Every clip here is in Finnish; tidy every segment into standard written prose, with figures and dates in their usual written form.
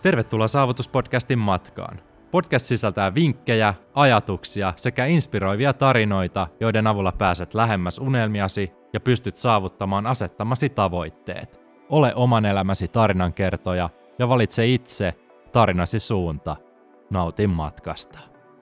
Tervetuloa Saavutuspodcastin matkaan. Podcast sisältää vinkkejä, ajatuksia sekä inspiroivia tarinoita, joiden avulla pääset lähemmäs unelmiasi ja pystyt saavuttamaan asettamasi tavoitteet. Ole oman elämäsi tarinankertoja ja valitse itse tarinasi suunta. Nautin matkasta.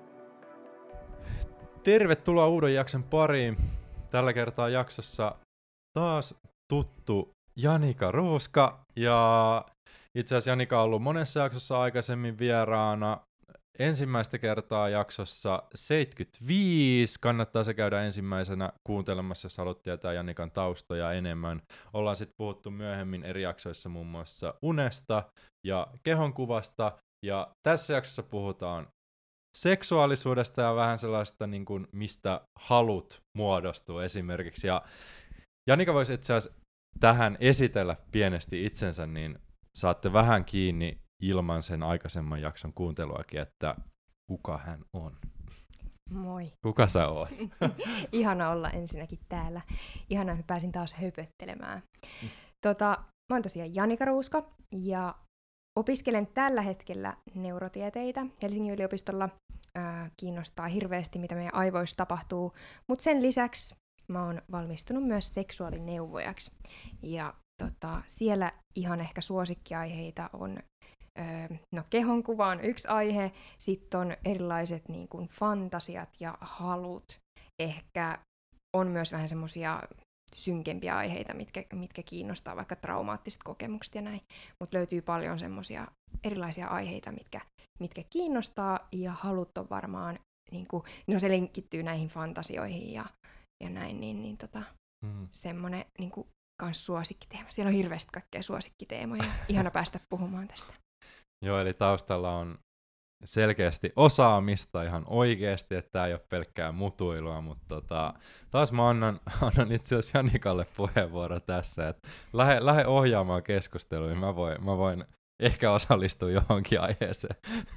Tervetuloa uuden jakson pariin. Tällä kertaa jaksossa taas tuttu Janika Ruuska. Ja itse asiassa Janika on ollut monessa jaksossa aikaisemmin vieraana. Ensimmäistä kertaa jaksossa 75. Kannattaa se käydä ensimmäisenä kuuntelemassa, jos haluat tietää Janikan taustoja enemmän. Ollaan sitten puhuttu myöhemmin eri jaksoissa muun muassa unesta ja kehonkuvasta. Ja tässä jaksossa puhutaan seksuaalisuudesta ja vähän sellaista, niin kuin, mistä halut muodostuu esimerkiksi. Ja Janika voisi itse asiassa tähän esitellä pienesti itsensä, niin saatte vähän kiinni ilman sen aikaisemman jakson kuunteluakin, että kuka hän on. Moi. Kuka sä oot? Ihana olla ensinnäkin täällä. Ihana, että pääsin taas höpöttelemään. Mä oon tosiaan Janika Ruuska ja opiskelen tällä hetkellä neurotieteitä Helsingin yliopistolla. Kiinnostaa hirveästi, mitä meidän aivoissa tapahtuu, mutta sen lisäksi mä oon valmistunut myös seksuaalineuvojaksi. Ja siellä ihan ehkä suosikkiaiheita on kehonkuva on yksi aihe, sitten on erilaiset niin kuin fantasiat ja halut. Ehkä on myös vähän semmoisia synkempiä aiheita, mitkä kiinnostaa, vaikka traumaattiset kokemukset ja näin. Mutta löytyy paljon semmoisia erilaisia aiheita, mitkä kiinnostaa, ja halut on varmaan, niin kuin, no se linkittyy näihin fantasioihin ja näin, semmoinen niin kuin kans suosikkiteema. Siellä on hirveästi kaikkea suosikkiteemoja. Ihana päästä puhumaan tästä. Joo, eli taustalla on selkeästi osaamista ihan oikeasti, että tämä ei ole pelkkää mutuilua, mutta taas mä annan itse asiassa Janikalle puheenvuoro tässä, että lähde ohjaamaan keskusteluun, mä voin ehkä osallistua johonkin aiheeseen.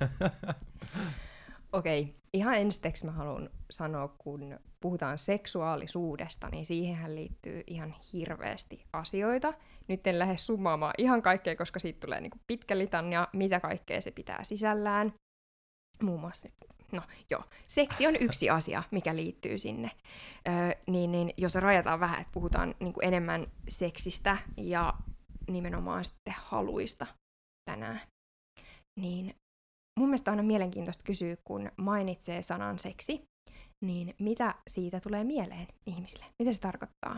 Okei, ihan ensiksi mä haluan sanoa, kun puhutaan seksuaalisuudesta, niin siihenhän liittyy ihan hirveästi asioita. Nyt en lähde summaamaan ihan kaikkea, koska siitä tulee niinku pitkä litania, mitä kaikkea se pitää sisällään. Muun muassa, seksi on yksi asia, mikä liittyy sinne. Niin jos rajataan vähän, että puhutaan niinku enemmän seksistä ja nimenomaan sitten haluista tänään, niin mun mielestä on aina mielenkiintoista kysyä, kun mainitsee sanan seksi, niin mitä siitä tulee mieleen ihmisille? Mitä se tarkoittaa?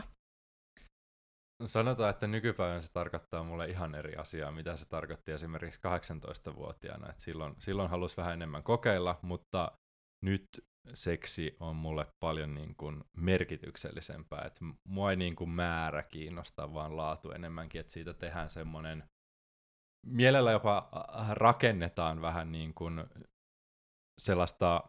Sanotaan, että nykypäivänä se tarkoittaa mulle ihan eri asiaa, mitä se tarkoitti esimerkiksi 18-vuotiaana. Et silloin halusi vähän enemmän kokeilla, mutta nyt seksi on mulle paljon niin kuin merkityksellisempää. Et mua ei niin kuin määrä kiinnosta, vaan laatu enemmänkin, että siitä tehdään semmoinen, mielellä jopa rakennetaan vähän niin kuin sellaista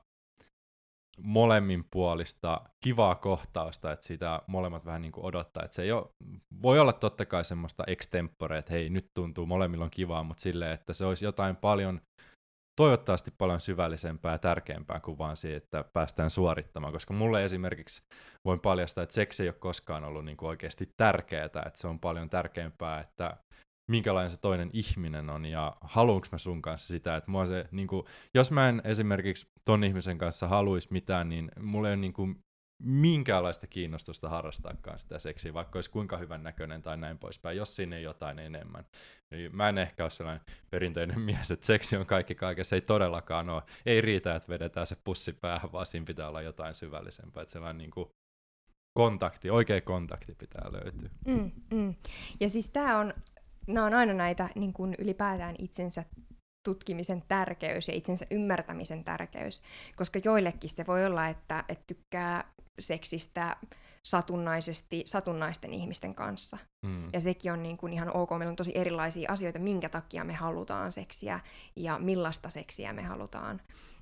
molemminpuolista kivaa kohtausta, että sitä molemmat vähän niin kuin odottaa, että se ei ole, voi olla totta kai semmoista extempore, että hei, nyt tuntuu molemmilla on kivaa, mutta silleen, että se olisi jotain paljon, toivottavasti paljon syvällisempää ja tärkeämpää kuin vaan siitä, että päästään suorittamaan, koska mulle esimerkiksi voin paljastaa, että seksi ei ole koskaan ollut niin kuin oikeasti tärkeää, että se on paljon tärkeämpää, että minkälainen se toinen ihminen on, ja haluanko mä sun kanssa sitä, että mua se, niin kuin, jos mä en esimerkiksi ton ihmisen kanssa haluaisi mitään, niin mulla ei ole niin kuin minkäänlaista kiinnostusta harrastaakaan sitä seksiä, vaikka olisi kuinka hyvän näköinen tai näin poispäin, jos siinä ei jotain enemmän. Niin mä en ehkä ole sellainen perinteinen mies, että seksi on kaikki kaikessa, ei todellakaan ole. Ei riitä, että vedetään se pussi päähän, vaan siinä pitää olla jotain syvällisempää, että sellainen niin kuin oikea kontakti pitää löytyä. Ja siis nämä on aina näitä niin kuin ylipäätään itsensä tutkimisen tärkeys ja itsensä ymmärtämisen tärkeys, koska joillekin se voi olla, että tykkää seksistä satunnaisten ihmisten kanssa. Ja sekin on niin kuin ihan ok. Meillä on tosi erilaisia asioita, minkä takia me halutaan seksiä ja millaista seksiä me halutaan.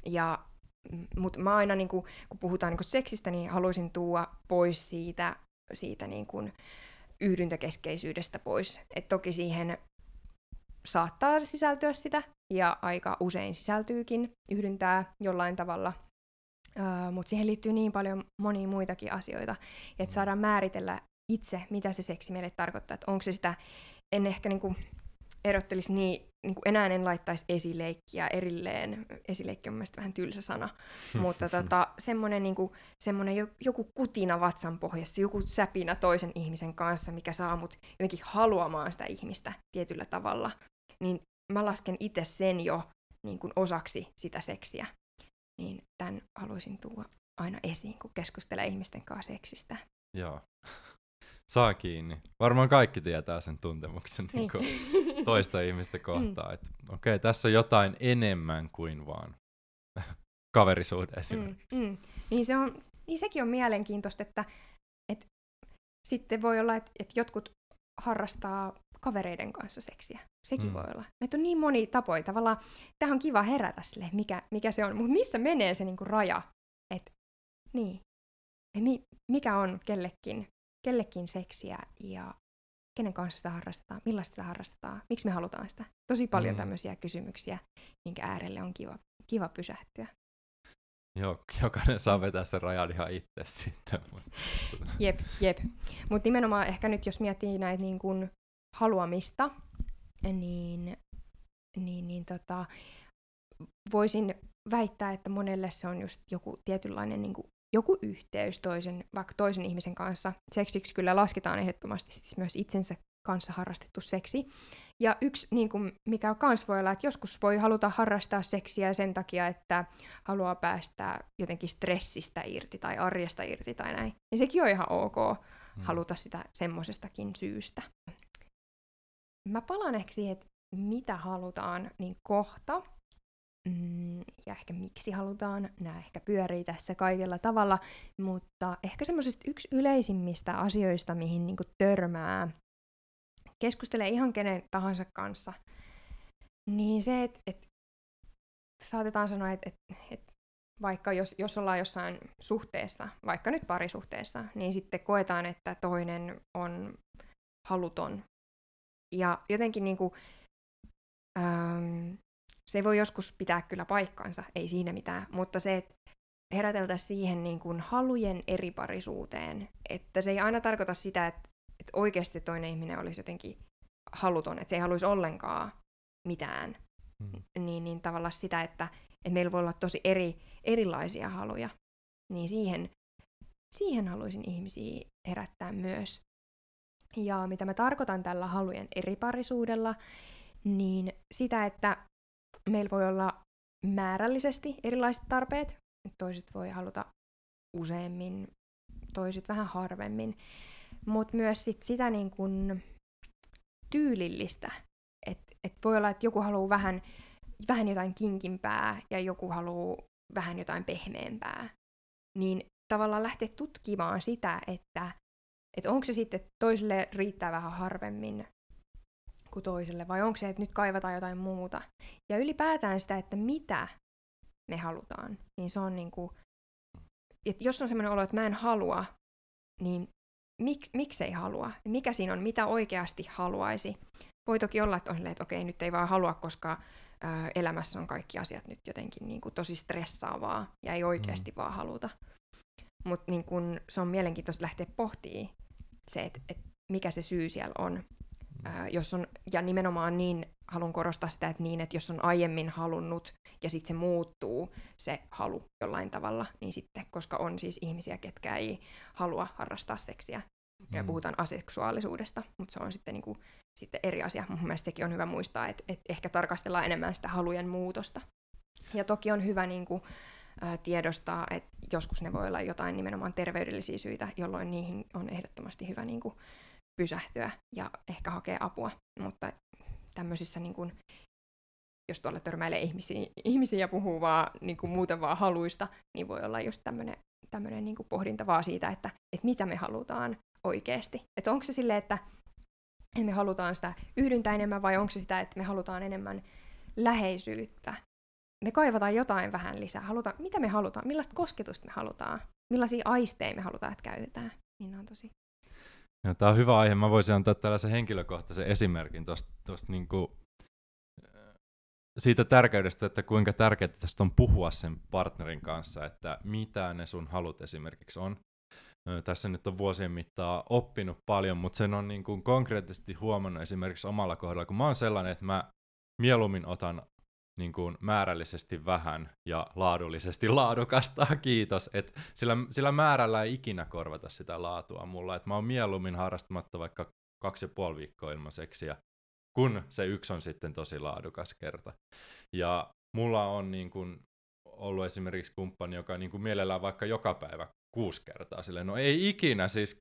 Mutta mä aina, niin kuin, kun puhutaan niin kuin seksistä, niin haluaisin tuoda pois siitä niin kuin yhdyntäkeskeisyydestä pois. Et toki siihen saattaa sisältyä sitä, ja aika usein sisältyykin yhdyntää jollain tavalla, mutta siihen liittyy niin paljon monia muitakin asioita, että saadaan määritellä itse, mitä se seksi meille tarkoittaa. Että onko se sitä, en ehkä niinku erottelisi niin kuin enää en laittaisi esileikkiä erilleen. Esileikki on mielestäni vähän tylsä sana, mutta semmoinen niinku, joku kutina vatsan pohjassa, joku säpinä toisen ihmisen kanssa, mikä saa mut jotenkin haluamaan sitä ihmistä tietyllä tavalla, niin mä lasken itse sen jo niin kuin osaksi sitä seksiä. Niin tämän haluaisin tuoda aina esiin, kun keskustelee ihmisten kanssa seksistä. Joo. Saa kiinni. Varmaan kaikki tietää sen tuntemuksen niin kuin toista ihmistä kohtaan. Että okei, tässä on jotain enemmän kuin vaan kaverisuhde esimerkiksi. Niin sekin on mielenkiintoista, että sitten voi olla, että jotkut harrastaa kavereiden kanssa seksiä. Sekin voi olla. Näitä on niin moni tapoja. Tavallaan tähän on kiva herätä sille, mikä se on. Mutta missä menee se niinku raja? Että niin. Mikä on kellekin seksiä ja kenen kanssa sitä harrastetaan, millaista sitä harrastetaan, miksi me halutaan sitä. Tosi paljon tämmöisiä kysymyksiä, minkä äärelle on kiva pysähtyä. Joo, jokainen saa vetää sen rajan ihan itse sitten. Jep. Mutta nimenomaan ehkä nyt, jos miettii näitä niin kuin haluamista, niin voisin väittää, että monelle se on just joku tietynlainen niin kuin joku yhteys vaikka toisen ihmisen kanssa. Seksiksi kyllä lasketaan ehdottomasti siis myös itsensä kanssa harrastettu seksi. Ja yksi, niin kuin, mikä kans voi olla, että joskus voi haluta harrastaa seksiä sen takia, että haluaa päästä jotenkin stressistä irti tai arjesta irti tai näin. Ja sekin on ihan ok haluta sitä semmosestakin syystä. Mä palaan ehkä siihen, että mitä halutaan niin kohta. Ja ehkä miksi halutaan, nämä ehkä pyörii tässä kaikella tavalla, mutta ehkä semmoisista yksi yleisimmistä asioista, mihin niinku törmää, keskustelee ihan kenen tahansa kanssa, niin se, että saatetaan sanoa, että vaikka jos ollaan jossain suhteessa, vaikka nyt parisuhteessa, niin sitten koetaan, että toinen on haluton. Ja jotenkin niinku, se voi joskus pitää kyllä paikkansa, ei siinä mitään, mutta se, että heräteltäisiin siihen niin kuin halujen eriparisuuteen, että se ei aina tarkoita sitä, että oikeasti toinen ihminen olisi jotenkin haluton, että se ei haluaisi ollenkaan mitään, niin tavallaan sitä, että meillä voi olla tosi erilaisia haluja, niin siihen haluaisin ihmisiä herättää myös. Ja mitä mä tarkoitan tällä halujen eriparisuudella, niin sitä, että meillä voi olla määrällisesti erilaiset tarpeet. Toiset voi haluta useammin, toiset vähän harvemmin. Mutta myös sitä niin kun tyylillistä. Et voi olla, että joku haluaa vähän jotain kinkimpää ja joku haluaa vähän jotain pehmeämpää. Niin tavallaan lähteä tutkimaan sitä, että onko se sitten toiselle riittää vähän harvemmin kuin toiselle, vai onko se, että nyt kaivataan jotain muuta. Ja ylipäätään sitä, että mitä me halutaan, niin se on niinku, että jos on semmoinen olo, että mä en halua, niin miksi ei halua? Mikä siinä on, mitä oikeasti haluaisi? Voi toki olla, että on silleen, että okei, nyt ei vaan halua, koska elämässä on kaikki asiat nyt jotenkin niinku tosi stressaavaa, ja ei oikeasti vaan haluta. Mutta niin kun se on mielenkiintoista lähteä pohtimaan se, että mikä se syy siellä on. Jos on, ja nimenomaan niin, haluan korostaa sitä, että jos on aiemmin halunnut ja sitten se muuttuu, se halu jollain tavalla, niin sitten, koska on siis ihmisiä, ketkä ei halua harrastaa seksiä, ja puhutaan aseksuaalisuudesta, mutta se on sitten, sitten eri asia. Mun mielestä sekin on hyvä muistaa, että ehkä tarkastellaan enemmän sitä halujen muutosta. Ja toki on hyvä tiedostaa, että joskus ne voi olla jotain nimenomaan terveydellisiä syitä, jolloin niihin on ehdottomasti hyvä pysähtyä ja ehkä hakea apua, mutta tämmöisissä, jos tuolla törmäilee ihmisiä ja puhuu vaan muuten vaan haluista, niin voi olla just tämmöinen pohdinta vaan siitä, että mitä me halutaan oikeasti. Että onko se silleen, että me halutaan sitä yhdyntä enemmän, vai onko se sitä, että me halutaan enemmän läheisyyttä. Me kaivataan jotain vähän lisää. Mitä me halutaan? Millaista kosketusta me halutaan? Millaisia aisteja me halutaan, että käytetään? Niin on tosi. No, tämä on hyvä aihe. Mä voisin antaa tällaisen henkilökohtaisen esimerkin tuosta siitä tärkeydestä, että kuinka tärkeää tästä on puhua sen partnerin kanssa, että mitä ne sun halut esimerkiksi on. Tässä nyt on vuosien mittaan oppinut paljon, mutta sen on konkreettisesti huomannut esimerkiksi omalla kohdalla, kun mä oon sellainen, että mä mieluummin otan niin kuin määrällisesti vähän ja laadullisesti laadukasta, kiitos. Et sillä määrällä ei ikinä korvata sitä laatua mulla. Et mä oon mieluummin harrastamatta vaikka 2,5 viikkoa ilman seksiä, kun se yksi on sitten tosi laadukas kerta. Ja mulla on niin kuin ollut esimerkiksi kumppani, joka niin kuin mielellään vaikka joka päivä 6 kertaa. Silleen, no ei ikinä, siis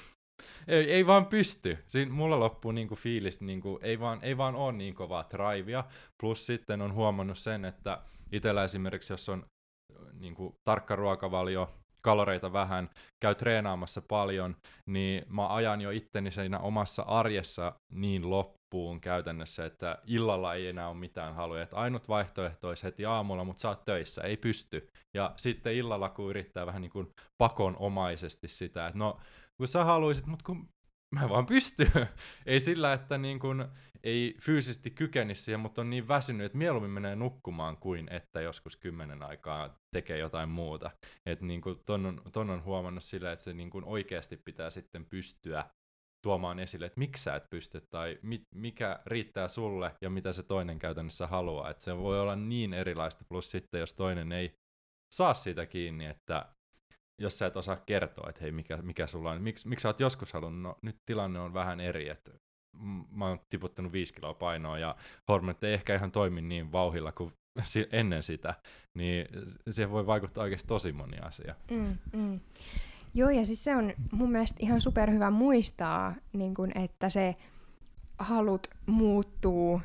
ei vaan pysty. Siinä mulla loppuu niinku fiilis, niinku, ei vaan ole niin kovaa drivea. Plus sitten on huomannut sen, että itsellä esimerkiksi, jos on niinku tarkka ruokavalio, kaloreita vähän, käy treenaamassa paljon, niin mä ajan jo itteni siinä omassa arjessa niin loppuun käytännössä, että illalla ei enää ole mitään haluja. Että ainut vaihtoehto olisi heti aamulla, mutta sä oot töissä, ei pysty. Ja sitten illalla, kun yrittää vähän niin kuin pakonomaisesti sitä, että no, kun sä haluisit, mutta kun mä vaan pystyn. Ei sillä, että niin kun ei fyysisesti kykenisi siihen, mutta on niin väsynyt, että mieluummin menee nukkumaan kuin että joskus 10 aikaa tekee jotain muuta. Että niin kun ton on huomannut sillä, että se niin kun oikeasti pitää sitten pystyä tuomaan esille, että miksi sä et pysty tai mikä riittää sulle ja mitä se toinen käytännössä haluaa. Että se voi olla niin erilaista, plus sitten jos toinen ei saa siitä kiinni, että jos sä et osaa kertoa, että hei, mikä sulla on, miksi sä oot joskus halunnut, no nyt tilanne on vähän eri, että mä oon tiputtanut 5 kiloa painoa ja hormonit ei ehkä ihan toimi niin vauhilla kuin ennen sitä, niin siihen voi vaikuttaa oikeasti tosi moni asia. Joo, ja siis se on mun mielestä ihan superhyvä muistaa, niin kun, että se halut muuttuu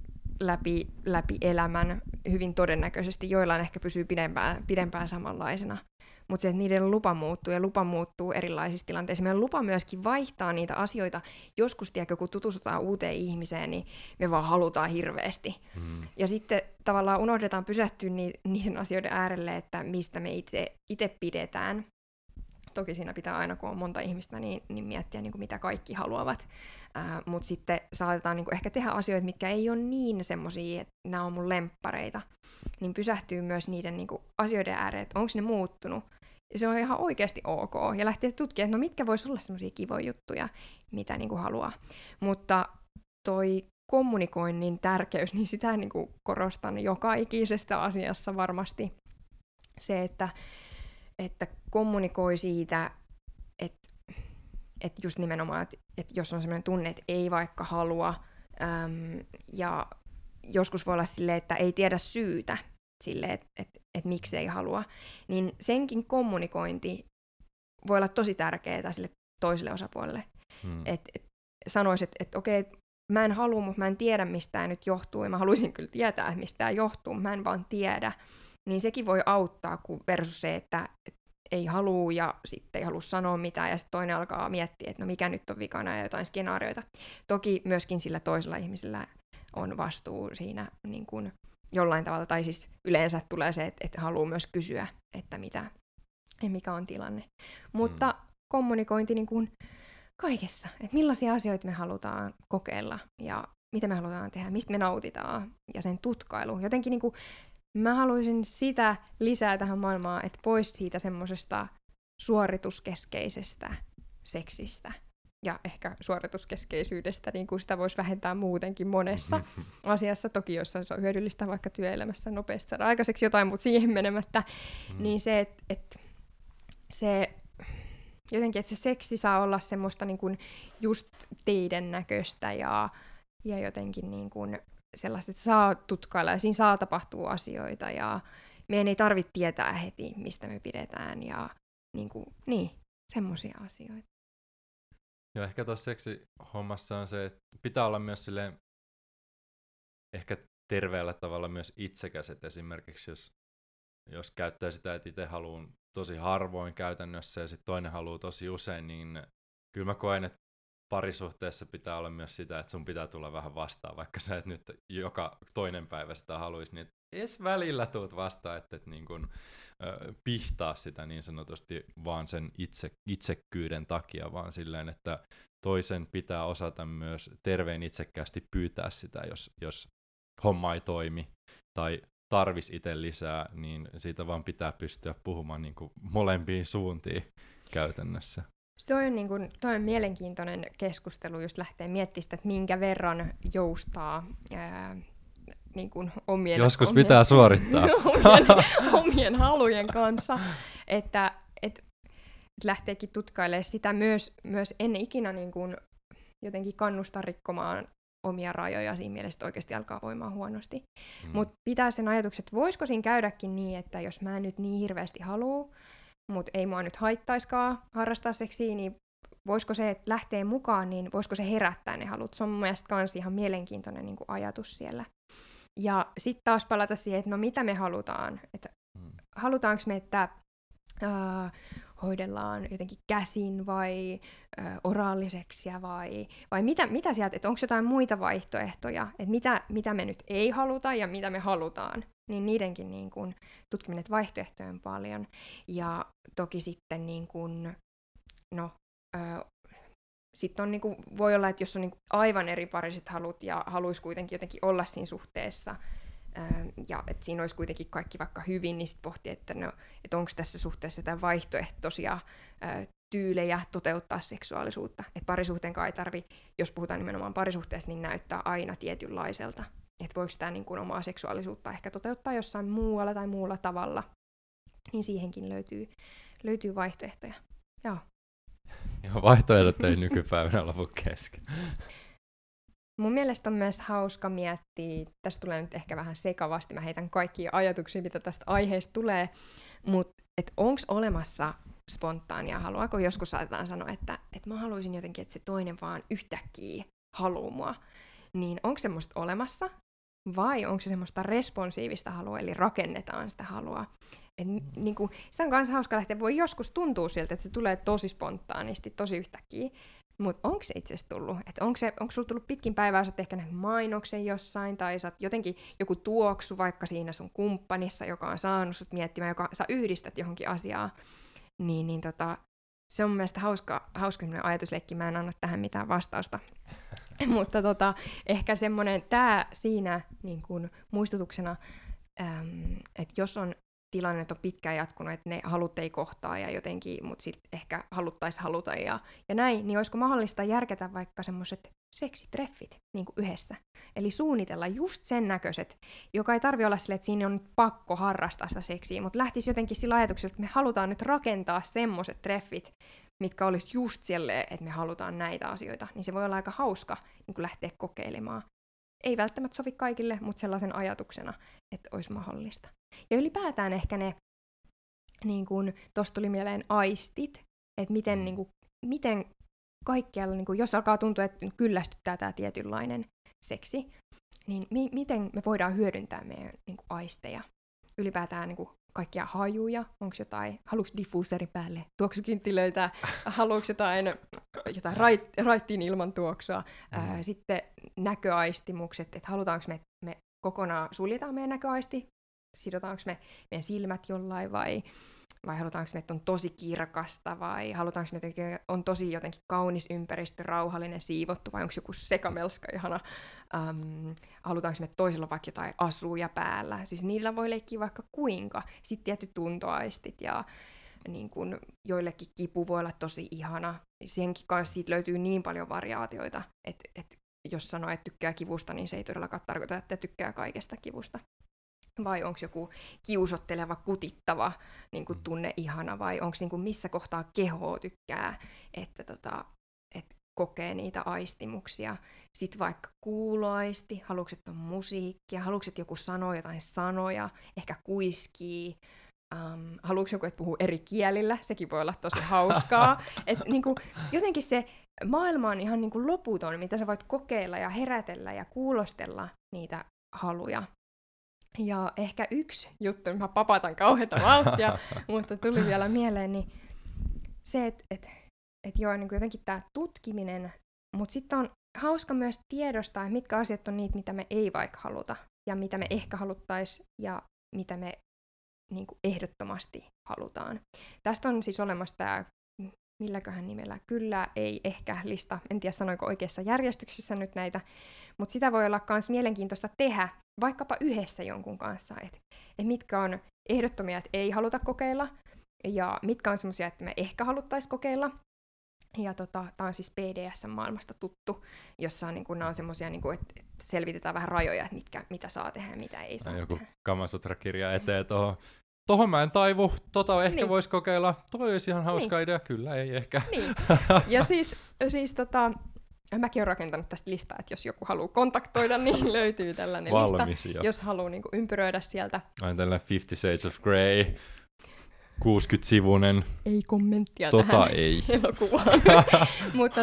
läpi elämän hyvin todennäköisesti. Joillain ehkä pysyy pidempään samanlaisena. Mutta se, että niiden lupa muuttuu erilaisissa tilanteissa. Meidän lupa myöskin vaihtaa niitä asioita. Joskus, tiedätkö, kun tutustutaan uuteen ihmiseen, niin me vaan halutaan hirveästi. Ja sitten tavallaan unohdetaan pysähtyä niiden asioiden äärelle, että mistä me itse pidetään. Toki siinä pitää aina, kun on monta ihmistä, niin miettiä, niin kuin mitä kaikki haluavat. Mutta sitten saatetaan niin kuin ehkä tehdä asioita, mitkä ei ole niin semmoisia, että nämä on mun lemppareita. Niin pysähtyy myös niiden niin kuin asioiden ääreen, että onko ne muuttunut. Ja se on ihan oikeasti ok. Ja lähtee tutkimaan, että no mitkä vois olla semmoisia kivoja juttuja, mitä niin kuin haluaa. Mutta toi kommunikoinnin tärkeys, niin sitä niin kuin korostan joka ikisestä asiassa varmasti. Se, että kommunikoi siitä, että just nimenomaan, että jos on sellainen tunne, että ei vaikka halua, ja joskus voi olla silleen, että ei tiedä syytä sille, että miksi ei halua, niin senkin kommunikointi voi olla tosi tärkeää sille toiselle osapuolelle. Että sanoisi, että okei, mä en halua, mutta mä en tiedä, mistä tämä nyt johtuu, ja mä haluaisin kyllä tietää, mistä tämä johtuu, mä en vaan tiedä. Niin sekin voi auttaa versus se, että ei halua ja sitten ei halua sanoa mitään, ja sitten toinen alkaa miettiä, että no mikä nyt on vikana ja jotain skenaarioita. Toki myöskin sillä toisella ihmisellä on vastuu siinä niin kuin jollain tavalla, tai siis yleensä tulee se, että haluaa myös kysyä, että mikä on tilanne. Mutta kommunikointi niin kuin kaikessa, että millaisia asioita me halutaan kokeilla ja mitä me halutaan tehdä, mistä me nautitaan ja sen tutkailu. Jotenkin niin kuin mä haluaisin sitä lisää tähän maailmaan, että pois siitä semmosesta suorituskeskeisestä seksistä ja ehkä suorituskeskeisyydestä, niin kuin sitä voisi vähentää muutenkin monessa asiassa. Toki jossain se on hyödyllistä vaikka työelämässä nopeasti saada aikaiseksi jotain, mutta siihen menemättä. Niin se, että se jotenkin, että se seksi saa olla semmoista niin kuin just teidän näköistä ja jotenkin niin kuin sellaista, että saa tutkailla ja siinä saa tapahtua asioita ja meidän ei tarvitse tietää heti, mistä me pidetään ja niin semmoisia asioita. Joo, ehkä tuossa seksihommassa on se, että pitää olla myös silleen ehkä terveellä tavalla myös itsekäs, että esimerkiksi jos käyttää sitä, että itse haluan tosi harvoin käytännössä ja sitten toinen haluaa tosi usein, niin kyllä mä koen, että parisuhteessa pitää olla myös sitä, että sun pitää tulla vähän vastaan, vaikka sä et nyt joka toinen päivä sitä haluaisi, niin edes välillä tuut vastaan, että niin kun, pihtaa sitä niin sanotusti vaan sen itsekkyyden takia, vaan silleen, että toisen pitää osata myös terveen itsekkäästi pyytää sitä, jos homma ei toimi tai tarvis itse lisää, niin siitä vaan pitää pystyä puhumaan niin kuin molempiin suuntiin käytännössä. Se on, niin kuin, toi on mielenkiintoinen keskustelu, just lähtee miettimään sitä, että minkä verran joustaa niin kuin Joskus pitää suorittaa. omien halujen kanssa, että lähteekin tutkailemaan sitä myös en ikinä niin kuin jotenkin kannusta rikkomaan omia rajoja siinä mielessä, että oikeasti alkaa voimaan huonosti. Mutta pitää sen ajatuksen, että voisiko siinä käydäkin niin, että jos mä en nyt niin hirveästi halua, mutta ei mua nyt haittaiskaan harrastaa seksiä, niin voisiko se, että lähtee mukaan, niin voisiko se herättää ne halut. Se on mun mielestä kans ihan mielenkiintoinen niin kuin ajatus siellä. Ja sitten taas palata siihen, että no mitä me halutaan. Että halutaanko me, että hoidellaan jotenkin käsin vai oraaliseksiä vai mitä sieltä, että onko jotain muita vaihtoehtoja, että mitä me nyt ei haluta ja mitä me halutaan, niin niidenkin niin kun, tutkiminen, että vaihtoehtoja on paljon. Ja toki sitten niin kun, sitten on, niin kun, voi olla, että jos on niin kun aivan eri pariset halut ja haluaisi kuitenkin jotenkin olla siinä suhteessa, ja että siinä olisi kuitenkin kaikki vaikka hyvin, niin sitten pohtii, että onko tässä suhteessa jotain vaihtoehtoisia tyylejä toteuttaa seksuaalisuutta. Että parisuhteen kai ei tarvitse, jos puhutaan nimenomaan parisuhteesta, niin näyttää aina tietynlaiselta. Että voiko sitä niin kuin omaa seksuaalisuutta ehkä toteuttaa jossain muualla tai muulla tavalla, niin siihenkin löytyy vaihtoehtoja. Joo. Joo, vaihtoehdot ei nykypäivänä lopu kesken. Mun mielestä on myös hauska miettiä, tästä tulee nyt ehkä vähän sekavasti, mä heitän kaikkia ajatuksia, mitä tästä aiheesta tulee, mutta onko olemassa spontaania halua, kun joskus saatetaan sanoa, että mä haluaisin jotenkin, että se toinen vaan yhtäkkiä haluaa mua, niin onko semmoista olemassa, vai onko se semmoista responsiivista halua, eli rakennetaan sitä halua. Niinku, sitä on myös hauska lähteä, voi joskus tuntua siltä, että se tulee tosi spontaanisti, tosi yhtäkkiä, mutta onko se itse asiassa tullut? Onko sulla tullut pitkin päivää, sä oot ehkä nähnyt mainoksen jossain, tai sä oot jotenkin joku tuoksu vaikka siinä sun kumppanissa, joka on saanut sut miettimään, joka sä yhdistät johonkin asiaan, niin se on mun mielestä hauska ajatusleikki, mä en anna tähän mitään vastausta. Mutta ehkä semmoinen, tää siinä niin kun muistutuksena, että jos on tilanne on pitkään jatkunut, että ne halut ei kohtaa ja jotenkin, mutta sitten ehkä haluttaisiin haluta ja näin, niin olisiko mahdollista järkätä vaikka semmoiset seksitreffit niin kuin yhdessä. Eli suunnitella just sen näköiset, joka ei tarvitse olla silleen, että siinä on nyt pakko harrastaa sitä seksiä, mutta lähtisi jotenkin sillä ajatuksella, että me halutaan nyt rakentaa semmoiset treffit, mitkä olisi just silleen, että me halutaan näitä asioita, niin se voi olla aika hauska niin kuin lähteä kokeilemaan. Ei välttämättä sovi kaikille, mutta sellaisen ajatuksena, että olisi mahdollista. Ja ylipäätään ehkä ne, niin kuin tuossa tuli mieleen aistit, että miten kaikkialla, niin kuin, jos alkaa tuntua, että kyllästyttää tämä tietynlainen seksi, niin miten me voidaan hyödyntää meidän niin kuin aisteja. Ylipäätään niin kuin kaikkia hajuja, onko jotain, haluatko diffuuseri päälle, tuoksukynttilöitä, haluatko jotain raittiin ilman tuoksua, sitten näköaistimukset, että halutaanko me kokonaan suljetaan meidän näköaisti, sidotaanko me meidän silmät jollain vai halutaanko me, että on tosi kirkasta vai halutaanko me, että on tosi jotenkin kaunis ympäristö, rauhallinen, siivottu vai onko joku sekamelska ihana, halutaanko me, että toisella on vaikka jotain asuja päällä, siis niillä voi leikkiä vaikka kuinka, sitten tietty tuntoaistit ja niin kun joillekin kipu voi olla tosi ihana, senkin kanssa siitä löytyy niin paljon variaatioita, että jos sanoo, että tykkää kivusta, niin se ei todellakaan tarkoita, että tykkää kaikesta kivusta. Vai onko joku kiusotteleva, kutittava niin kuin tunne ihana, vai onko niin kuin missä kohtaa kehoa tykkää, että kokee niitä aistimuksia. Sitten vaikka kuuloaisti, haluatko, että on musiikkia, haluatko, että joku sanoo jotain sanoja, ehkä kuiskii, haluatko joku, että puhuu eri kielillä, sekin voi olla tosi hauskaa. Et, niin kuin, jotenkin se maailma on ihan niin kuin loputon, mitä sä voit kokeilla ja herätellä ja kuulostella niitä haluja. Ja ehkä yksi juttu, mä papataan kauheata vauhtia, mutta tuli vielä mieleen, niin se, että joo, niin kuin jotenkin tämä tutkiminen, mutta sitten on hauska myös tiedostaa, että mitkä asiat on niitä, mitä me ei vaikka haluta, ja mitä me ehkä haluttaisiin, ja mitä me niin kuin ehdottomasti halutaan. Tästä on siis olemassa tämä, milläköhän nimellä, kyllä, ei, ehkä lista, en tiedä sanoinko oikeassa järjestyksessä nyt näitä, mutta sitä voi olla myös mielenkiintoista tehdä, vaikkapa yhdessä jonkun kanssa, että mitkä on ehdottomia, että ei haluta kokeilla, ja mitkä on semmoisia, että me ehkä haluttaisiin kokeilla. Ja tämä on siis BDSM-maailmasta tuttu, jossa on, niin kun, nämä on semmoisia, niin että selvitetään vähän rajoja, että mitä saa tehdä ja mitä ei saa joku tehdä. Kamasutra-kirja eteen tohon mä en taivu, ehkä Niin. vois kokeilla, toi olisi ihan hauska idea, kyllä ei ehkä. Niin. Ja siis mäkin olen rakentanut tästä listaa, että jos joku haluaa kontaktoida, niin löytyy tällainen lista, jo. jos haluaa niin kuin ympyröidä sieltä. Aina tällainen 50 Shades of Grey, 60-sivunen. Ei kommenttia tähän ei. elokuvaan. Mutta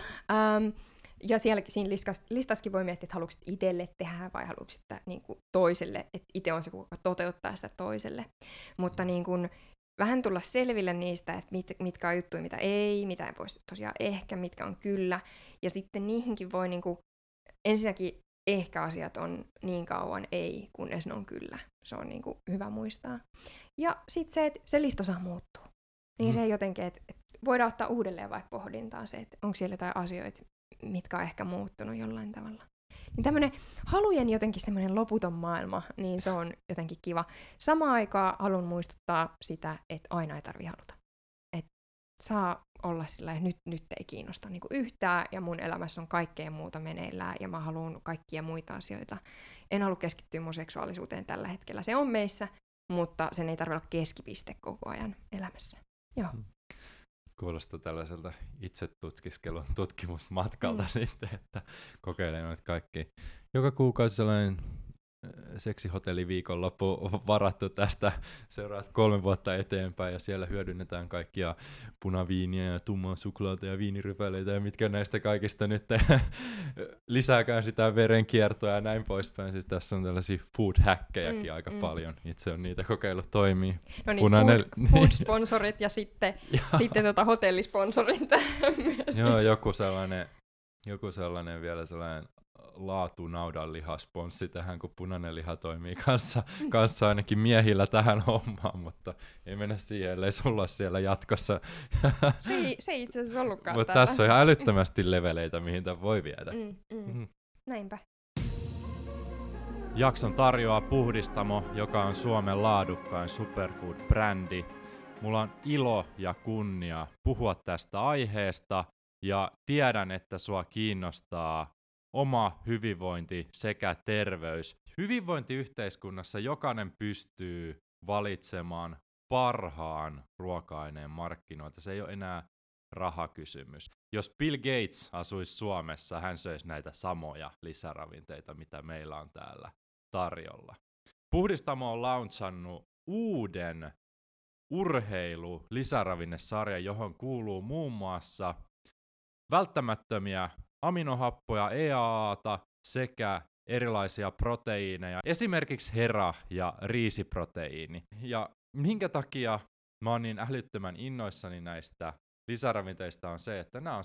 ja siinä listassakin voi miettiä, että haluatko itselle tehdä vai haluatko sitä niin kuin toiselle, että itse on se, kuka toteuttaa sitä toiselle. Mutta niin kuin, vähän tulla selville niistä, että mitkä on juttuja, mitä ei, mitä ei voisi tosiaan ehkä, mitkä on kyllä. Ja sitten niihinkin voi niin kuin, ensinnäkin ehkä asiat on niin kauan ei, kunnes ne on kyllä. Se on niin kuin hyvä muistaa. Ja sitten se, että se lista saa muuttua. Niin se jotenkin, että voidaan ottaa uudelleen vaikka pohdintaan se, että onko siellä jotain asioita, mitkä on ehkä muuttunut jollain tavalla. Niin tämmöinen halujen jotenkin semmoinen loputon maailma, niin se on jotenkin kiva. Samaan aikaan haluan muistuttaa sitä, että aina ei tarvitse haluta. Että saa olla sillä, että nyt ei kiinnosta niin kuin yhtään, ja mun elämässä on kaikkea muuta meneillään, ja mä haluan kaikkia muita asioita. En halua keskittyä mun seksuaalisuuteen tällä hetkellä. Se on meissä, mutta sen ei tarvitse olla keskipiste koko ajan elämässä. Joo. Kuulostaa tällaiselta itsetutkiskelun tutkimusmatkalta sitten, että kokeilee noita kaikki. Joka kuukausi sellainen seksihotelliviikonloppu varattu tästä seuraavat 3 vuotta eteenpäin, ja siellä hyödynnetään kaikkia punaviiniä ja tummaa suklaata ja viinirypäleitä ja mitkä näistä kaikista nyt lisääkään sitä verenkiertoa ja näin poispäin. Siis tässä on tällaisia food-häkkejäkin aika paljon. Itse on niitä kokeillut toimii. No niin, food-sponsorit ja sitten hotellisponsorit myös. Joo, joku sellainen vielä sellainen laatunaudanlihasponssi tähän, kun punainen liha toimii kanssa ainakin miehillä tähän hommaan, mutta ei mennä siihen, ellei sulla siellä jatkossa. Se ei itse asiassa ollutkaan mutta tässä on ihan älyttömästi leveleitä, mihin tämä voi viedä. Näinpä. Jakson tarjoaa Puhdistamo, joka on Suomen laadukkain superfood-brändi. Mulla on ilo ja kunnia puhua tästä aiheesta, ja tiedän, että sua kiinnostaa oma hyvinvointi sekä terveys. Hyvinvointiyhteiskunnassa jokainen pystyy valitsemaan parhaan ruoka-aineen markkinoilta. Se ei ole enää rahakysymys. Jos Bill Gates asuisi Suomessa, hän söisi näitä samoja lisäravinteita, mitä meillä on täällä tarjolla. Puhdistamo on launchannut uuden urheilu-lisäravinnesarjan, johon kuuluu muun muassa välttämättömiä aminohappoja, EAAta sekä erilaisia proteiineja, esimerkiksi hera- ja riisiproteiini. Ja minkä takia mä oon niin älyttömän innoissani näistä lisäravinteista on se, että nämä on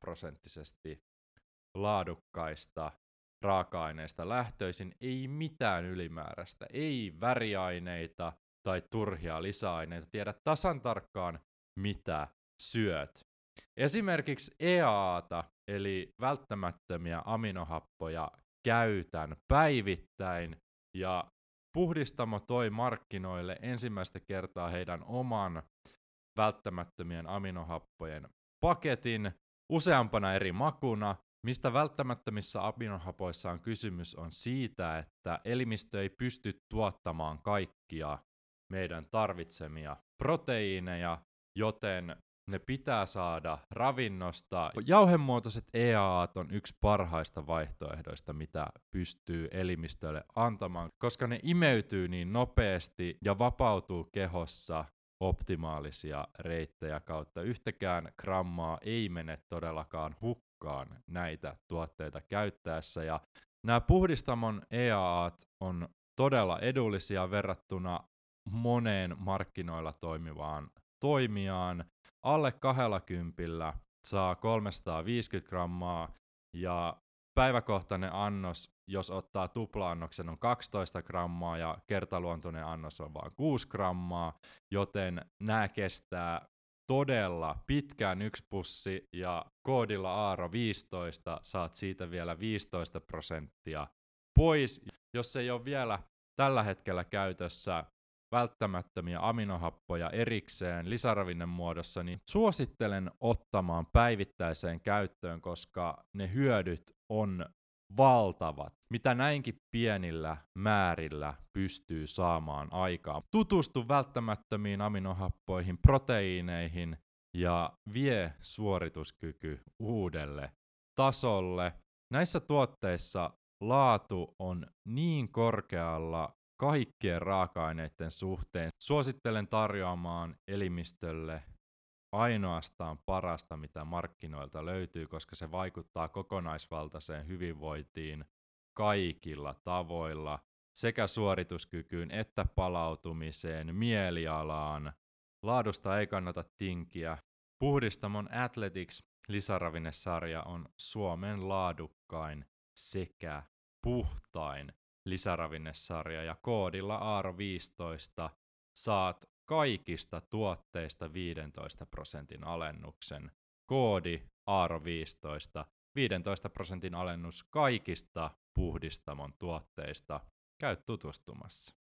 100% laadukkaista raaka-aineista lähtöisin, ei mitään ylimääräistä, ei väriaineita tai turhia lisäaineita, tiedät tasan tarkkaan mitä syöt. Esimerkiksi EAAta, eli välttämättömiä aminohappoja, käytän päivittäin, ja Puhdistamo toi markkinoille ensimmäistä kertaa heidän oman välttämättömien aminohappojen paketin useampana eri makuna. Mistä välttämättömissä aminohapoissa on kysymys on siitä, että elimistö ei pysty tuottamaan kaikkia meidän tarvitsemia proteiineja, joten ne pitää saada ravinnosta. Jauhemuotoiset EAAt on yksi parhaista vaihtoehdoista, mitä pystyy elimistölle antamaan, koska ne imeytyy niin nopeasti ja vapautuu kehossa optimaalisia reittejä kautta. Yhtäkään grammaa ei mene todellakaan hukkaan näitä tuotteita käyttäessä. Ja nämä Puhdistamon EAAt on todella edullisia verrattuna moneen markkinoilla toimivaan toimijaan. Alle 20 saa 350 grammaa, ja päiväkohtainen annos, jos ottaa tupla-annoksen, on 12 grammaa, ja kertaluontoinen annos on vain 6 grammaa, joten nämä kestää todella pitkään yksi pussi, ja koodilla AARO15 saat siitä vielä 15% pois. Jos ei ole vielä tällä hetkellä käytössä välttämättömiä aminohappoja erikseen lisäravinne muodossa, niin suosittelen ottamaan päivittäiseen käyttöön, koska ne hyödyt on valtavat, mitä näinkin pienillä määrillä pystyy saamaan aikaan. Tutustu välttämättömiin aminohappoihin, proteiineihin ja vie suorituskyky uudelle tasolle. Näissä tuotteissa laatu on niin korkealla kaikkien raaka-aineiden suhteen. Suosittelen tarjoamaan elimistölle ainoastaan parasta, mitä markkinoilta löytyy, koska se vaikuttaa kokonaisvaltaiseen hyvinvointiin kaikilla tavoilla, sekä suorituskykyyn että palautumiseen, mielialaan. Laadusta ei kannata tinkiä. Puhdistamon Athletics lisäravinnesarja on Suomen laadukkain sekä puhtain lisäravinnesarja, ja koodilla AARO15 saat kaikista tuotteista 15% alennuksen. Koodi AARO15, 15% alennus kaikista Puhdistamon tuotteista. Käy tutustumassa.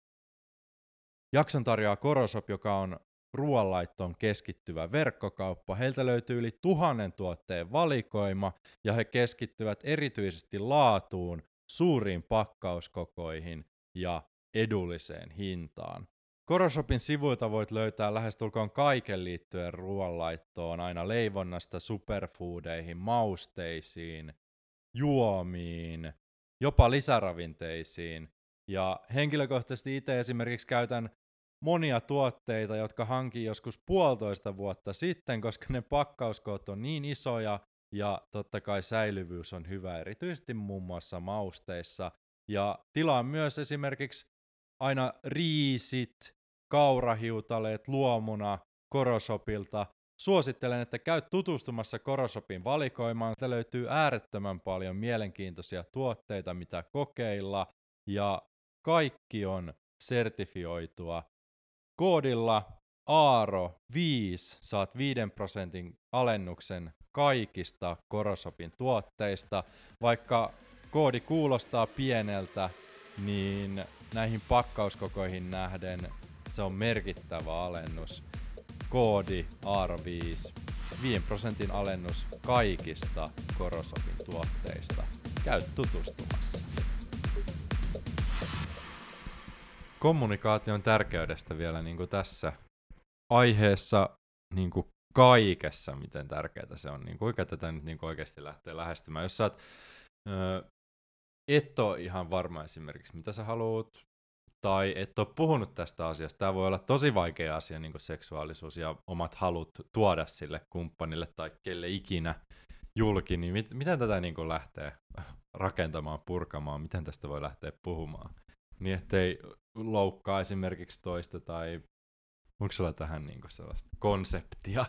Jakson tarjoaa Koroshop, joka on ruoanlaittoon keskittyvä verkkokauppa. Heiltä löytyy yli 1000 tuotteen valikoima, ja he keskittyvät erityisesti laatuun, suuriin pakkauskokoihin ja edulliseen hintaan. Koroshopin sivuilta voit löytää lähestulkoon kaiken liittyen ruoanlaittoon, aina leivonnasta superfoodeihin, mausteisiin, juomiin, jopa lisäravinteisiin. Ja henkilökohtaisesti itse esimerkiksi käytän monia tuotteita, jotka hankin joskus 1,5 vuotta sitten, koska ne pakkauskoot on niin isoja ja totta kai säilyvyys on hyvä, erityisesti muun muassa mausteissa. Ja tilaan myös esimerkiksi aina riisit, kaurahiutaleet luomuna Koroshopilta. Suosittelen, että käyt tutustumassa Koroshopin valikoimaan. Täältä löytyy äärettömän paljon mielenkiintoisia tuotteita, mitä kokeilla, ja kaikki on sertifioitua. Koodilla AARO5 saat 5% alennuksen kaikista Koroshopin tuotteista. Vaikka koodi kuulostaa pieneltä, niin näihin pakkauskokoihin nähden se on merkittävä alennus. Koodi AARO5, 5% alennus kaikista Koroshopin tuotteista. Käy tutustumassa. Kommunikaation tärkeydestä vielä niin kuin tässä aiheessa niin kuin kaikessa, miten tärkeää se on, niin kuinka tätä nyt niin kuin oikeasti lähtee lähestymään. Jos sä et ole ihan varma esimerkiksi, mitä sä haluat, tai et ole puhunut tästä asiasta, tämä voi olla tosi vaikea asia, niin kuin seksuaalisuus ja omat halut tuoda sille kumppanille tai kelle ikinä julki, niin miten tätä niin kuin lähtee rakentamaan, purkamaan, miten tästä voi lähteä puhumaan, niin ettei loukkaa esimerkiksi toista, tai onko sulla tähän niin kuin sellaista konseptia?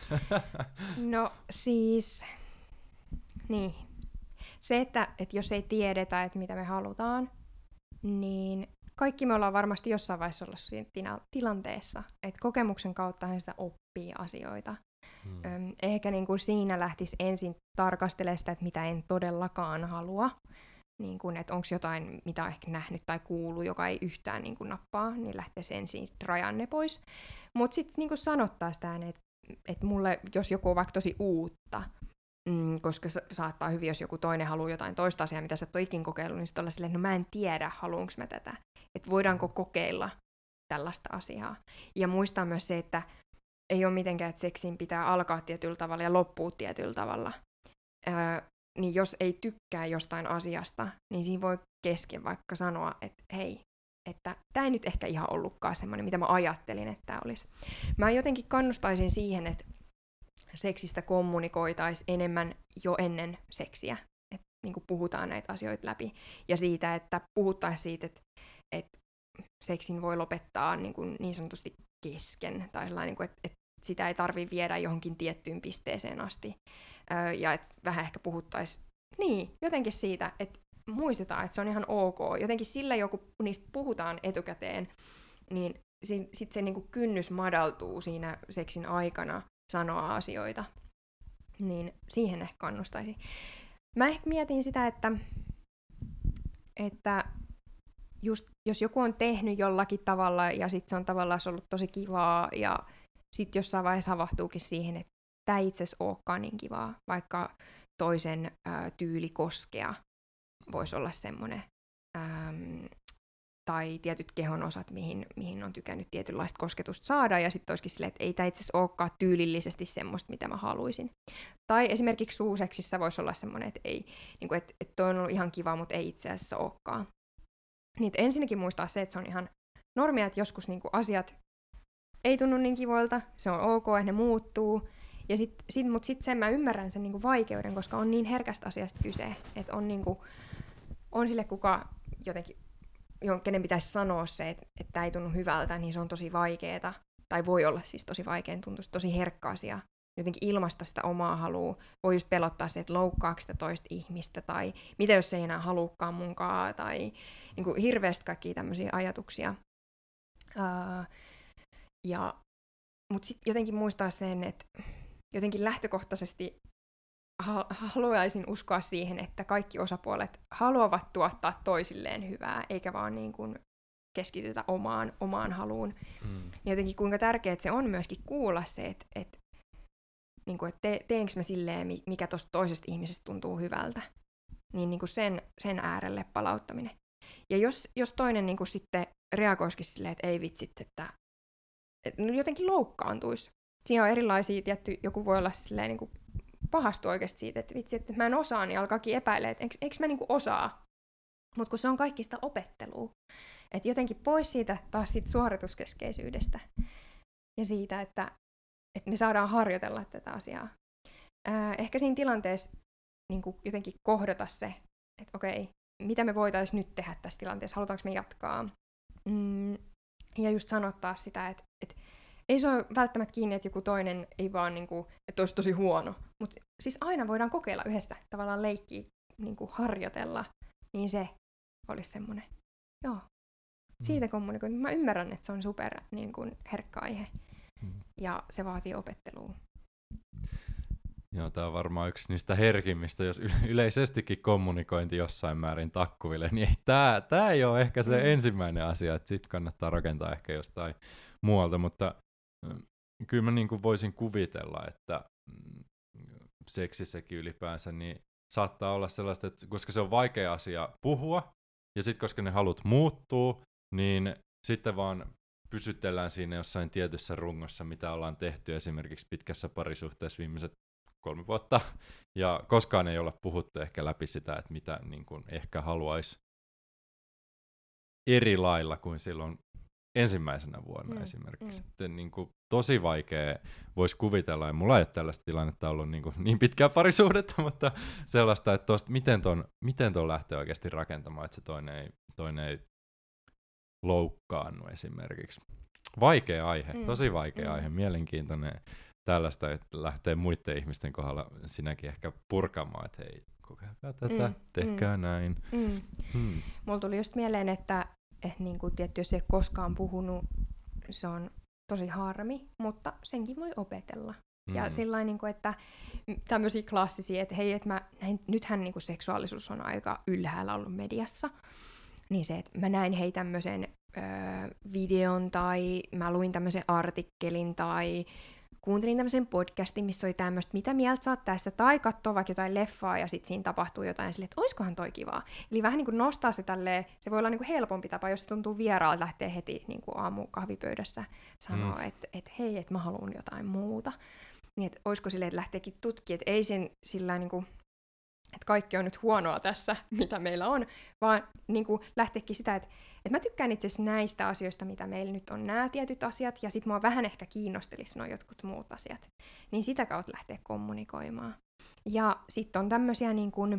No siis, niin. Se, että jos ei tiedetä, että mitä me halutaan, niin kaikki me ollaan varmasti jossain vaiheessa ollut siinä tilanteessa, että kokemuksen kauttahan sitä oppii asioita. Ehkä niin kuin siinä lähtisi ensin tarkastelemaan sitä, että mitä en todellakaan halua, niin kuin, että onko jotain, mitä on ehkä nähnyt tai kuullut, joka ei yhtään niin kuin nappaa, niin lähtee ensin rajan ne pois. Mutta sitten niin kuin sanottaa sitä, että mulle, jos joku on vaikka tosi uutta, koska saattaa hyvin, jos joku toinen haluaa jotain toista asiaa, mitä sä et ole ikin kokeillut, niin sitten olla silleen, että no mä en tiedä, haluanko mä tätä. Että voidaanko kokeilla tällaista asiaa. Ja muistaa myös se, että ei ole mitenkään, että seksin pitää alkaa tietyllä tavalla ja loppua tietyllä tavalla. Niin jos ei tykkää jostain asiasta, niin siinä voi kesken vaikka sanoa, että hei, että tämä ei nyt ehkä ihan ollutkaan semmoinen, mitä mä ajattelin, että tämä olisi. Mä jotenkin kannustaisin siihen, että seksistä kommunikoitaisiin enemmän jo ennen seksiä, että niin kuin puhutaan näitä asioita läpi. Ja siitä, että puhuttaisiin siitä, että seksin voi lopettaa niin sanotusti kesken, tai sellainen, että sitä ei tarvitse viedä johonkin tiettyyn pisteeseen asti. Ja että vähän ehkä puhuttaisiin jotenkin siitä, että muistetaan, että se on ihan ok. Jotenkin sillä joku niistä puhutaan etukäteen, niin sitten se niin kuin kynnys madaltuu siinä seksin aikana sanoa asioita. Niin siihen ehkä kannustaisin. Mä ehkä mietin sitä, että just jos joku on tehnyt jollakin tavalla ja sitten se on tavallaan ollut tosi kivaa ja sitten jossain vaiheessa havahtuukin siihen, että tämä ei itse asiassa olekaan niin kivaa, vaikka toisen tyyli koskea voisi olla semmoinen, tai tietyt kehon osat, mihin on tykännyt tietynlaista kosketusta saada, ja sitten olisikin silleen, että ei tämä itse asiassa olekaan tyylillisesti semmoista, mitä mä haluaisin. Tai esimerkiksi suuseksissä voisi olla semmoinen, että ei, niin kuin, että toi on ollut ihan kiva, mutta ei itse asiassa olekaan. Niin ensinnäkin muistaa se, että se on ihan normia, että joskus niin kuin asiat ei tunnu niin kivoilta, se on ok, että ne muuttuu. Ja mutta sitten sen mä ymmärrän sen niin kuin vaikeuden, koska on niin herkästä asiasta kyse, että on, niin kuin, on sille kuka jotenkin, kenen pitäisi sanoa se, että tämä ei tunnu hyvältä, niin se on tosi vaikeeta. Tai voi olla siis tosi vaikean tuntuista, tosi herkkä asia. Jotenkin ilmaista sitä omaa halua. Voi just pelottaa se, että loukkaako sitä toista ihmistä, tai mitä jos se ei enää haluukaan munkaan, tai niin kuin hirveästi kaikkia tämmöisiä ajatuksia. Mutta sitten jotenkin muistaa sen, että jotenkin lähtökohtaisesti haluaisin uskoa siihen, että kaikki osapuolet haluavat tuottaa toisilleen hyvää, eikä vaan niin kuin keskitytä omaan haluun. Ja jotenkin kuinka tärkeää se on myöskin kuulla se, että teenkö mä silleen, mikä tuosta toisesta ihmisestä tuntuu hyvältä. Niin kuin sen äärelle palauttaminen. Ja jos toinen niin kuin sitten reagoisikin silleen, että ei vitsit, että jotenkin loukkaantuisi. Siinä on erilaisia, tietty, joku voi olla silleen niin kuin pahastua oikeasti siitä, että vitsi, että mä en osaa, niin alkaakin epäilee, että eikö mä niin kuin osaa. Mutta kun se on kaikki sitä opettelua. Että jotenkin pois siitä taas siitä suorituskeskeisyydestä ja siitä, että me saadaan harjoitella tätä asiaa. Ehkä siinä tilanteessa niin kuin jotenkin kohdata se, että okei, mitä me voitaisiin nyt tehdä tässä tilanteessa, halutaanko me jatkaa. Ja just sanottaa sitä, että ei se ole välttämättä kiinni, että joku toinen ei vaan, niin kuin, että olisi tosi huono. Mutta siis aina voidaan kokeilla yhdessä, tavallaan leikkiä, niin kuin harjoitella, niin se olisi semmoinen. Joo. Siitä kommunikoin. Mä ymmärrän, että se on super niin kuin herkkä aihe. Ja se vaatii opettelua. Joo, tämä on varmaan yksi niistä herkimmistä, jos yleisestikin kommunikointi jossain määrin takkuville, niin tämä ei ole ehkä se ensimmäinen asia, että sitten kannattaa rakentaa ehkä jostain muualta, mutta kyllä mä niin kuin voisin kuvitella, että seksissäkin ylipäänsä niin saattaa olla sellaista, että koska se on vaikea asia puhua, ja sitten koska ne halut muuttuu, niin sitten vaan pysytellään siinä jossain tietyssä rungossa, mitä ollaan tehty esimerkiksi pitkässä parisuhteessa viimeiset 3 vuotta, ja koskaan ei olla puhuttu ehkä läpi sitä, että mitä niin kuin ehkä haluaisi eri lailla kuin silloin ensimmäisenä vuonna esimerkiksi. Niin kuin, tosi vaikea voisi kuvitella, ja mulla ei ole tällaista tilannetta ollut niin pitkää parisuhdetta, mutta sellaista, että miten ton lähtee oikeasti rakentamaan, että se toinen ei loukkaannu esimerkiksi. Vaikea aihe, tosi vaikea aihe, mielenkiintoinen tällaista, että lähtee muiden ihmisten kohdalla sinäkin ehkä purkamaan, että hei, kokeilkaa tätä, tehkää näin. Mulla tuli just mieleen, että niin kuin, tietty, jos ei ole koskaan puhunut, se on tosi harmi, mutta senkin voi opetella. Ja sillain, niin kuin, että tämmöisiä klassisia, että hei, että nythän niin kuin seksuaalisuus on aika ylhäällä ollut mediassa, niin se, että mä näin hei tämmöisen videon tai mä luin tämmöisen artikkelin tai kuuntelin tämmöisen podcastin, missä oli tämmöistä, mitä mieltä sä oot tästä, tai katsoo vaikka jotain leffaa ja sitten siinä tapahtuu jotain silleen, että oiskohan toi kivaa. Eli vähän niin kuin nostaa se tälleen, se voi olla niin kuin helpompi tapa, jos se tuntuu vieraalta lähteä heti niin kuin aamukahvipöydässä sanoa, että hei, että mä haluan jotain muuta. Niin, että oisko silleen, että lähteekin tutkimaan, että ei sen sillä niin kuin, että kaikki on nyt huonoa tässä, mitä meillä on, vaan niin kuin lähteekin sitä, että mä tykkään itse asiassa näistä asioista, mitä meillä nyt on nämä tietyt asiat, ja sit mua vähän ehkä kiinnostelisi nuo jotkut muut asiat. Niin sitä kautta lähteä kommunikoimaan. Ja sitten on tämmöisiä niin kuin,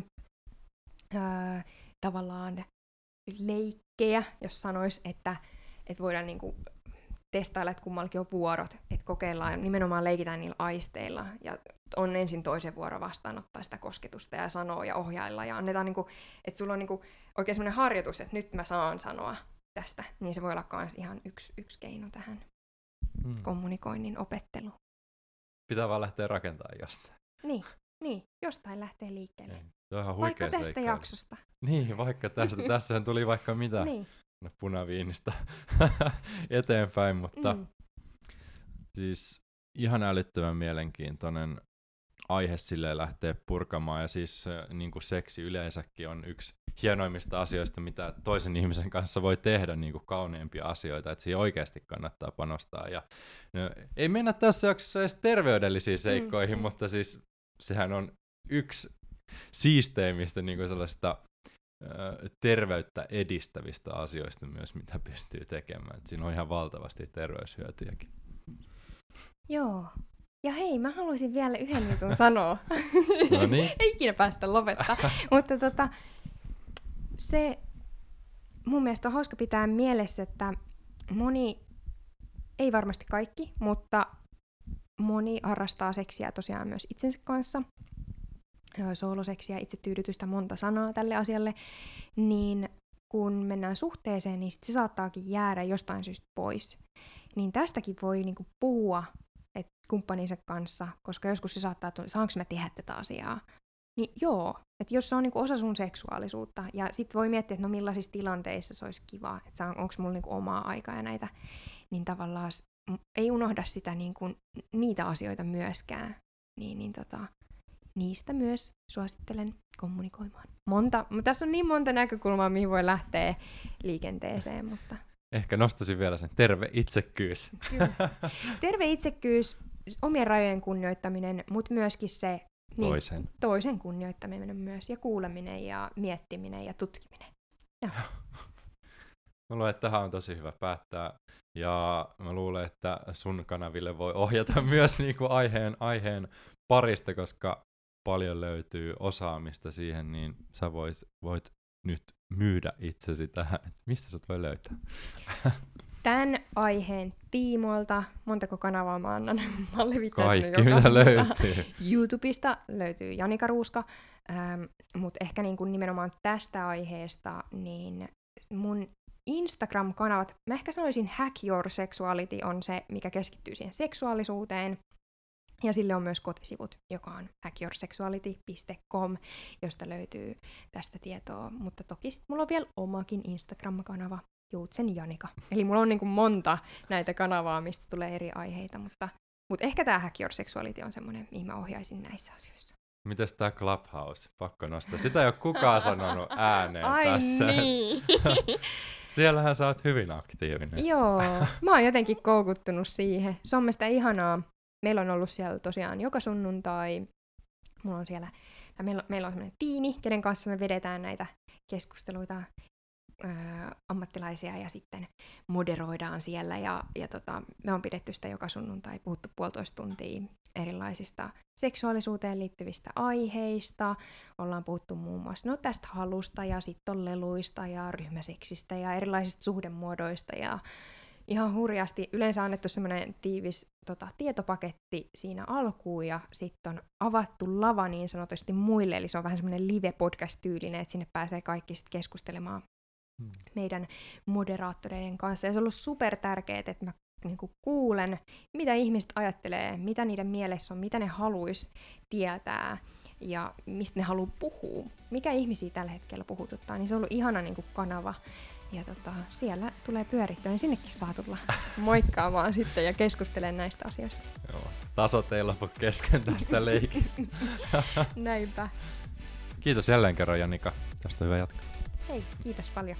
tavallaan leikkejä, jos sanois, että voidaan niin kuin testailla, että kummallakin on vuorot, että kokeillaan, nimenomaan leikitään niillä aisteilla, ja on ensin toisen vuoro vastaanottaa sitä kosketusta ja sanoa ja ohjailla, ja annetaan, niin kuin, että sulla on niin kuin oikein semmoinen harjoitus, että nyt mä saan sanoa tästä, niin se voi olla myös ihan yksi keino tähän kommunikoinnin opetteluun. Pitää vaan lähteä rakentamaan jostain. Niin, jostain lähtee liikkeelle. Vaikka tästä jaksosta. Niin, vaikka tästä. Tässähän tuli vaikka mitä. Niin. Punaviinistä eteenpäin, mutta siis ihan älyttömän mielenkiintoinen aihe silleen lähteä purkamaan, ja siis niin kuin seksi yleensäkin on yksi hienoimmista asioista, mitä toisen ihmisen kanssa voi tehdä, niin kuin kauneimpia asioita, että siihen oikeasti kannattaa panostaa. Ja, no, ei mennä tässä jaksossa edes terveydellisiin seikkoihin, mutta siis sehän on yksi siisteimmistä niin kuin sellaista terveyttä edistävistä asioista myös, mitä pystyy tekemään. Et siinä on ihan valtavasti terveyshyötyjäkin. Joo. Ja hei, mä haluaisin vielä yhden jutun sanoa. No niin. Ei ikinä päästä lopettaa. Mutta se mun mielestä on hauska pitää mielessä, että moni, ei varmasti kaikki, mutta moni harrastaa seksiä tosiaan myös itsensä kanssa. Sooloseksiä, itsetyydytystä, monta sanaa tälle asialle. Niin kun mennään suhteeseen, niin sit se saattaakin jäädä jostain syystä pois. Niin tästäkin voi niinku puhua kumppaninsa kanssa, koska joskus se saattaa tulla, saanko mä tehdä tätä asiaa? Niin joo, että jos se on niinku osa sun seksuaalisuutta, ja sit voi miettiä, että no millaisissa tilanteissa se olisi kiva, että onko mulla niinku omaa aikaa ja näitä, niin tavallaan ei unohda sitä niinku, niitä asioita myöskään. Niistä myös suosittelen kommunikoimaan. Tässä on niin monta näkökulmaa, mihin voi lähteä liikenteeseen, mutta... Ehkä nostaisin vielä sen terve itsekkyys. Kyllä. Terve itsekkyys, omien rajojen kunnioittaminen, mutta myöskin se toisen kunnioittaminen myös, ja kuuleminen ja miettiminen ja tutkiminen. Ja. Mä luulen, että tähän on tosi hyvä päättää, ja mä luulen, että sun kanaville voi ohjata myös niinku aiheen parista, koska paljon löytyy osaamista siihen, niin sä voit nyt myydä itsesi tähän. Missä sut voi löytää? Tämän aiheen tiimoilta, montako kanavaa mä annan? Mä oon levittänyt kaikki, mitä löytyy. YouTubesta löytyy Janika Ruuska, mutta ehkä niin kuin nimenomaan tästä aiheesta, niin mun Instagram-kanavat, mä ehkä sanoisin Hack Your Sexuality on se, mikä keskittyy siihen seksuaalisuuteen. Ja sille on myös kotisivut, joka on hackyoursexuality.com, josta löytyy tästä tietoa. Mutta toki sit mulla on vielä omakin Instagram-kanava, Joutsen Janika. Eli mulla on niinku monta näitä kanavaa, mistä tulee eri aiheita, mutta ehkä tämä Hack Your Sexuality on semmoinen, mihin mä ohjaisin näissä asioissa. Mites tää Clubhouse? Pakko nostaa. Sitä ei ole kukaan sanonut ääneen tässä. Niin. Siellähän sä oot hyvin aktiivinen. Joo, mä oon jotenkin koukuttunut siihen. Se on mielestäni ihanaa. Meillä on ollut siellä tosiaan joka sunnuntai. Meillä on semmoinen tiimi, kenen kanssa me vedetään näitä keskusteluita ammattilaisia ja sitten moderoidaan siellä. Ja me on pidetty sitä joka sunnuntai, puhuttu 1,5 tuntia erilaisista seksuaalisuuteen liittyvistä aiheista. Ollaan puhuttu muun muassa tästä halusta ja sitten on leluista ja ryhmäseksistä ja erilaisista suhdemuodoista ja ihan hurjasti. Yleensä on annettu semmoinen tiivis tietopaketti siinä alkuun ja sitten on avattu lava niin sanotusti muille, eli se on vähän semmoinen live-podcast-tyylinen, että sinne pääsee kaikki sitten keskustelemaan meidän moderaattoreiden kanssa. Ja se on ollut super tärkeää, että mä niinku kuulen, mitä ihmiset ajattelee, mitä niiden mielessä on, mitä ne haluaisi tietää ja mistä ne haluaa puhua, mikä ihmisiä tällä hetkellä puhututtaa, niin se on ollut ihana niinku kanava. Ja siellä tulee pyörittyä, niin sinnekin saa tulla moikkaamaan sitten ja keskustelemaan näistä asioista. Joo, tasot ei lopu kesken tästä leikistä. Näinpä. Kiitos jälleen kerran, Janika. Tästä hyvä jatkaa. Hei, kiitos paljon.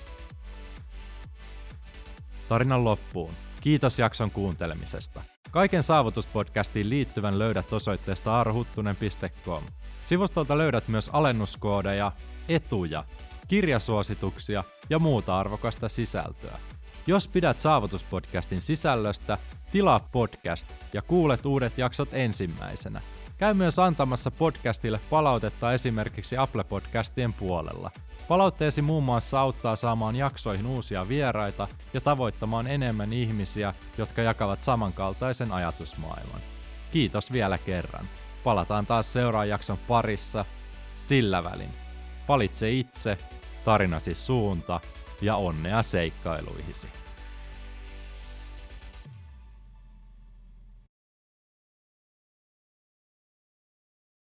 Tarinan loppuun. Kiitos jakson kuuntelemisesta. Kaiken saavutuspodcastiin liittyvän löydät osoitteesta aarhuttunen.com. Sivustolta löydät myös alennuskoodeja, etuja, kirjasuosituksia ja muuta arvokasta sisältöä. Jos pidät Saavutuspodcastin sisällöstä, tilaa podcast ja kuulet uudet jaksot ensimmäisenä. Käy myös antamassa podcastille palautetta esimerkiksi Apple-podcastien puolella. Palautteesi muun muassa auttaa saamaan jaksoihin uusia vieraita ja tavoittamaan enemmän ihmisiä, jotka jakavat samankaltaisen ajatusmaailman. Kiitos vielä kerran. Palataan taas seuraavan jakson parissa. Sillä välin. Valitse itse, tarinasi suunta ja onnea seikkailuihisi.